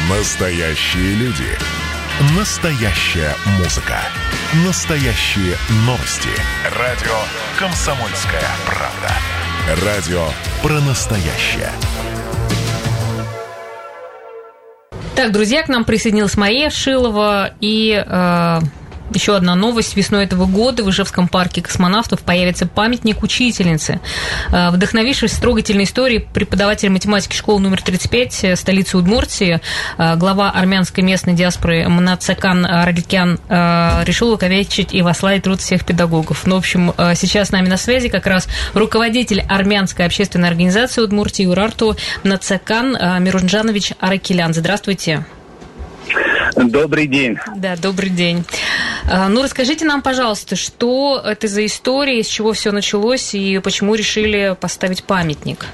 Настоящие люди. Настоящая музыка. Настоящие новости. Радио «Комсомольская правда». Радио про настоящее. Так, друзья, к нам присоединилась Мария Шилова. И еще одна новость. Весной этого года в Ижевском парке космонавтов появится памятник учительнице. Вдохновившись трогательной историей преподавателя математики школы номер 35 столицы Удмуртии, глава армянской местной диаспоры Мнацакан Радикян решил увековечить и восславить труд всех педагогов. Ну, в общем, сейчас с нами на связи как раз руководитель армянской общественной организации Удмуртии Урарту Мнацакан Мирунжанович Аракелян. Здравствуйте. Добрый день. Да, добрый день. Ну, расскажите нам, пожалуйста, что это за история, с чего все началось и почему решили поставить памятник?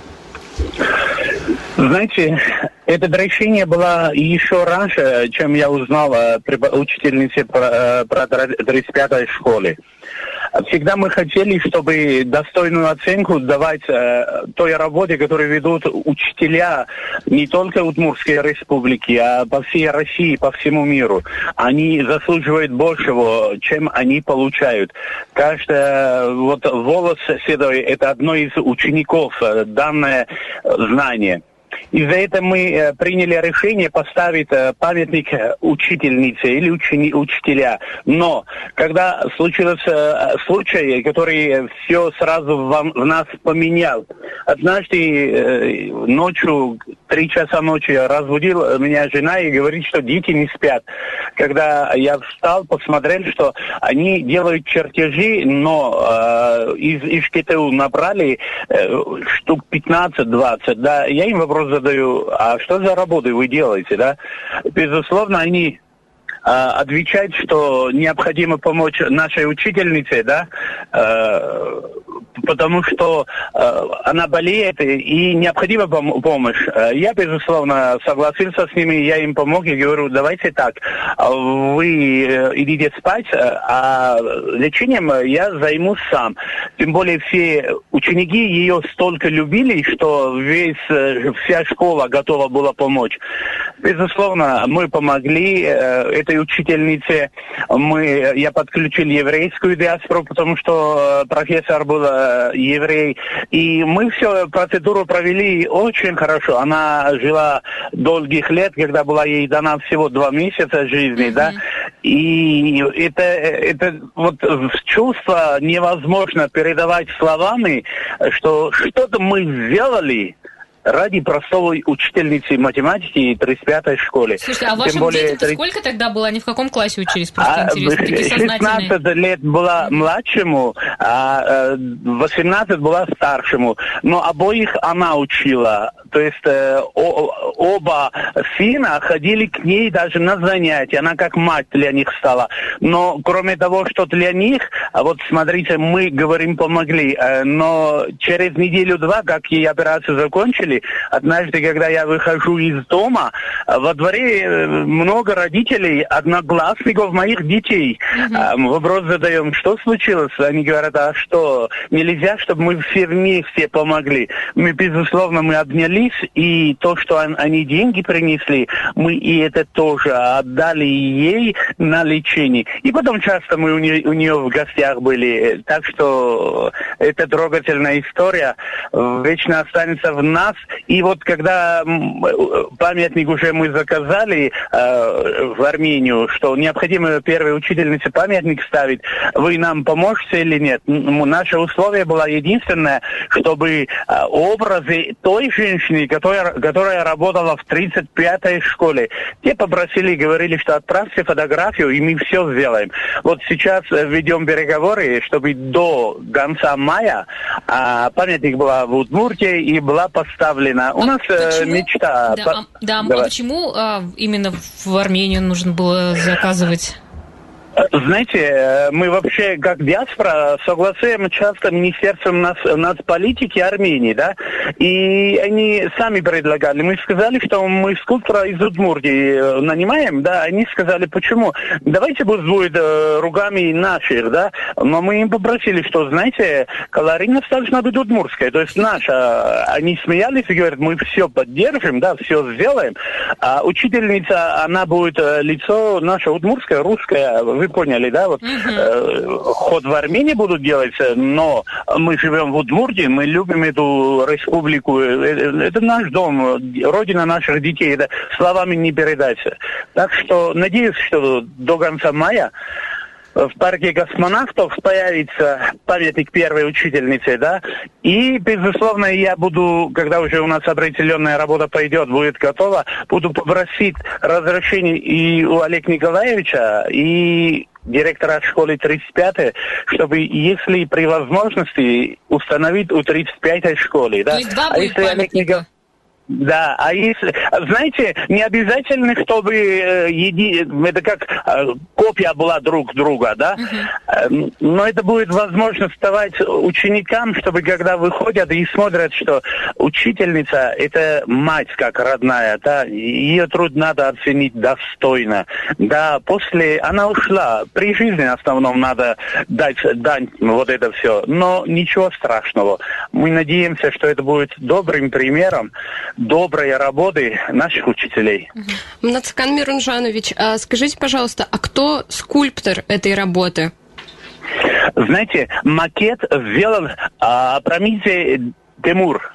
Знаете, это решение было еще раньше, чем я узнал про учительнице про 35-й школе. Всегда мы хотели, чтобы достойную оценку давать той работе, которую ведут учителя не только Удмуртской республики, а по всей России, по всему миру. Они заслуживают большего, чем они получают. Каждый волос седой – это одно из учеников, данное знание. Из-за этого мы приняли решение поставить памятник учительнице или учителя. Но когда случился случай, который все сразу в нас поменял, однажды ночью, 3 часа ночи, разбудил меня жена и говорит, что дети не спят. Когда я встал, посмотрел, что они делают чертежи, но из ИШКТУ набрали штук 15-20. Да, я им вопрос задаю, а что за работы вы делаете, да? Безусловно, они отвечают, что необходимо помочь нашей учительнице, да, потому что она болеет и необходима помощь. Я, безусловно, согласился с ними, я им помог и говорю, давайте так, вы идите спать, а лечением я займусь сам. Тем более все ученики ее столько любили, что вся школа готова была помочь. Безусловно, мы помогли этой учительнице. Я подключил еврейскую диаспору, потому что профессор был еврей. И мы всю процедуру провели очень хорошо. Она жила долгих лет, когда была ей дана всего 2 месяца жизни, да. И это вот чувство невозможно передавать словами, что что-то мы сделали ради простой учительницы математики 35-й школе. Слушайте, а вашим детям сколько тогда было? Они в каком классе учились? Просто интересно. Такие сознательные. 16 лет была младшему, а 18 была старшему. Но обоих она учила. То есть оба сына ходили к ней даже на занятия. Она как мать для них стала. Но кроме того, что для них, вот смотрите, мы говорим, помогли. Но через 1-2 недели, как ей операцию закончили, однажды, когда я выхожу из дома, во дворе много родителей, одноклассников моих детей. Вопрос задаем, что случилось? Они говорят, а что, нельзя, чтобы мы все вместе помогли? Безусловно, мы обнялись, и то, что они деньги принесли, мы и это тоже отдали ей на лечение. И потом часто мы у нее в гостях были. Так что эта трогательная история вечно останется в нас. И вот когда памятник уже мы заказали в Армению, что необходимо первой учительнице памятник ставить, вы нам поможете или нет? Наше условие было единственное, чтобы образы той женщины, которая работала в 35-й школе, те попросили, говорили, что отправьте фотографию, и мы все сделаем. Вот сейчас ведем переговоры, чтобы до конца мая памятник была в Удмуртии и была поставлена. У нас мечта. А почему именно в Армению нужно было заказывать? Знаете, мы вообще, как диаспора, согласуем часто Министерством нацполитики Армении, да, и они сами предлагали. Мы сказали, что мы скульптора из Удмуртии нанимаем, да, они сказали, почему? Давайте пусть будет руками наших, да, но мы им попросили, что, знаете, Каларина должна быть удмуртская, то есть наша. Они смеялись и говорят, мы все поддержим, да, все сделаем, а учительница, она будет лицо наше удмуртское, русское, вы поняли, да, вот ход в Армении будут делать, но мы живем в Удмуртии, мы любим эту республику, это наш дом, родина наших детей, это словами не передается. Так что надеюсь, что до конца мая в парке космонавтов появится памятник первой учительницы, да, и, безусловно, я буду, когда уже у нас определенная работа пойдет, будет готова, буду попросить разрешения и у Олега Николаевича, и директора школы 35-й, чтобы, если при возможности, установить у 35-й школе, да. То есть два будет памятника? Да, а если, знаете, не обязательно, чтобы это как копия была друг друга, да, но это будет возможность давать ученикам, чтобы когда выходят и смотрят, что учительница – это мать как родная, да, ее труд надо оценить достойно, да, после она ушла, при жизни в основном надо дать вот это все, но ничего страшного, мы надеемся, что это будет добрым примером доброй работы наших учителей. Мнацкан Мирунжанович, скажите, пожалуйста, а кто скульптор этой работы? Знаете, макет сделал Промитей Тимур.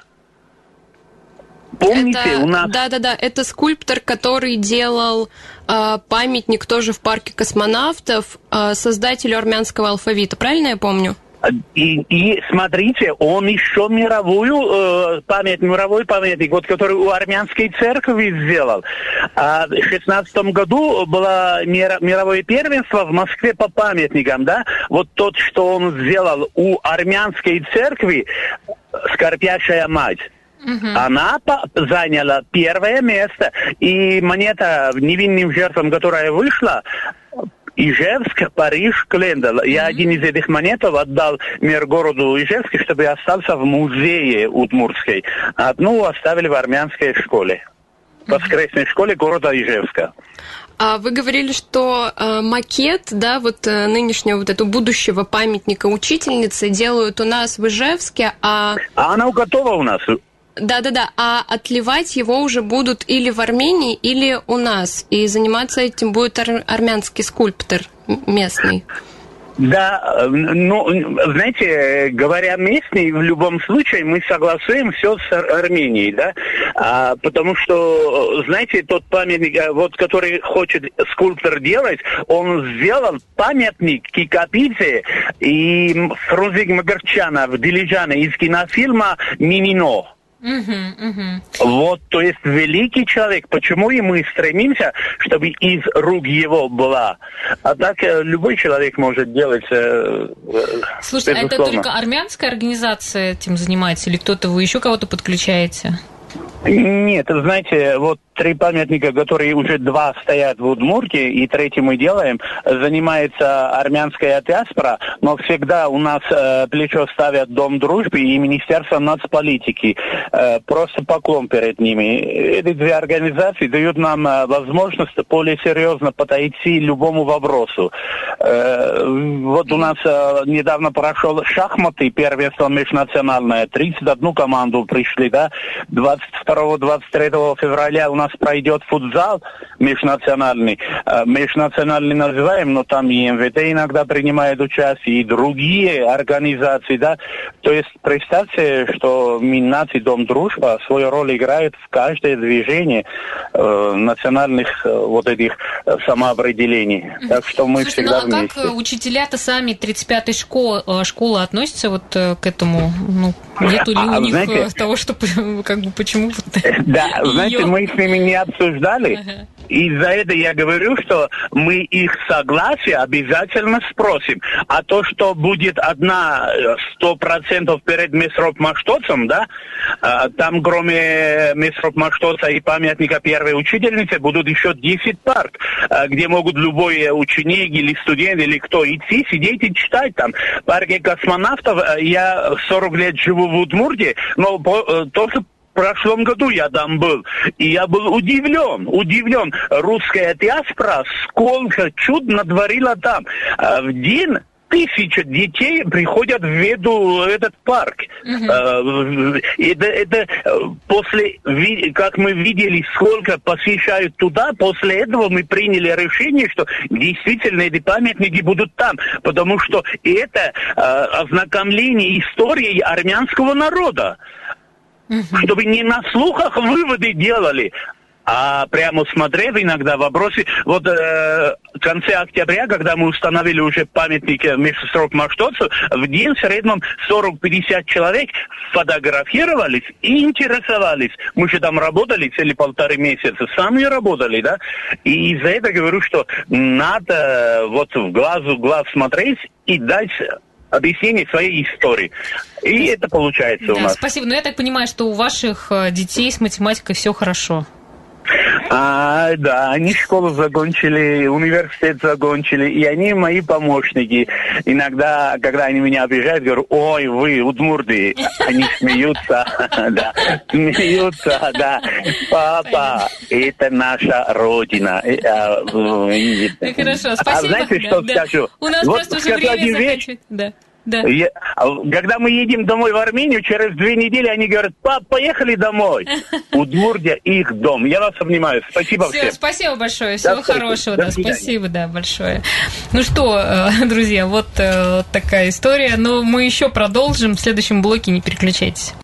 Помните, у нас... Да, это скульптор, который делал памятник тоже в парке космонавтов создателю армянского алфавита, правильно я помню? И смотрите, он еще мировой памятник, вот, который у армянской церкви сделал. А в 2016 году было мировое первенство в Москве по памятникам, да? Вот тот, что он сделал у армянской церкви, «Скорбящая мать». Она заняла первое место, и монета невинным жертвам, которая вышла, Ижевск, Париж, Клендал. Я один из этих монетов отдал городу Ижевск, чтобы остался в музее Удмуртской. Одну оставили в армянской школе, воскресной школе города Ижевска. А вы говорили, что макет, да, вот нынешнего вот этого будущего памятника учительницы делают у нас в Ижевске, А она готова у нас. Да, а отливать его уже будут или в Армении, или у нас. И заниматься этим будет армянский скульптор местный. Да, ну, знаете, говоря местный, в любом случае мы согласуем все с Арменией, да, потому что, знаете, тот памятник, вот, который хочет скульптор делать, он сделал памятник Кикапидзе и Фрунзик Магарчана в Дилижане из кинофильма «Мимино». Вот, то есть великий человек. Почему и мы стремимся, чтобы из рук его была. А так любой человек может делать. Слушайте, а это только армянская организация этим занимается, или кто-то, вы еще кого-то подключаете? Нет, знаете, вот 3 памятника, которые уже 2 стоят в Удмуртии, и 3 мы делаем, занимается армянская диаспора, но всегда у нас плечо ставят Дом дружбы и Министерство нацполитики. Просто поклон перед ними. Эти 2 организации дают нам возможность более серьезно подойти любому вопросу. Вот у нас недавно прошел шахматы, первенство межнациональное, 31 команду пришли, да, 22-23 февраля у нас пройдет футзал межнациональный. Межнациональный называем, но там и МВД иногда принимает участие, и другие организации, да. То есть представьте, что Миннаци Дом дружба свою роль играет в каждое движение национальных вот этих самоопределений. Так что мы всегда вместе. А как учителя-то сами 35-й школы относятся вот к этому? Ну, нету ли у них, знаете, того, что как бы почему... Да, знаете, мы с ними не обсуждали. И за это я говорю, что мы их согласие обязательно спросим. А то, что будет 100% перед Месроп Маштоцем, да, там кроме Месроп Маштоца и памятника первой учительницы будут еще 10 парк, где могут любой ученик или студент или кто идти, сидеть и читать там. В парке космонавтов я 40 лет живу в Удмуртии, но только в прошлом году я там был, и я был удивлен. Русская диаспора сколько чуд натворила там. В день 1000 детей приходят в этот парк. Это после, как мы видели, сколько посещают туда, после этого мы приняли решение, что действительно эти памятники будут там, потому что это ознакомление историей армянского народа. Чтобы не на слухах выводы делали, а прямо смотрев иногда вопросы. Вот в конце октября, когда мы установили уже памятник Месроп Маштоцу, в день в среднем 40-50 человек фотографировались и интересовались. Мы же там работали целые 1,5 месяца, сами работали, да? И из-за этого говорю, что надо вот в глаз смотреть и дать объяснение своей истории. И это получается у нас. Спасибо. Но я так понимаю, что у ваших детей с математикой все хорошо. Да, они школу закончили, университет закончили, и они мои помощники. Иногда, когда они меня обижают, говорю: ой, вы, удмурты. Они смеются, да, да. Папа, это наша родина. Хорошо, спасибо. А знаете, что скажу? У нас просто уже время заканчивается. Да. Когда мы едем домой в Армению, через 2 недели они говорят: пап, поехали домой. Удмуртия их дом. Я вас обнимаю. Спасибо всем. Спасибо большое. Всего хорошего. Да, спасибо, большое. Ну что, друзья, вот такая история. Но мы еще продолжим в следующем блоке. Не переключайтесь.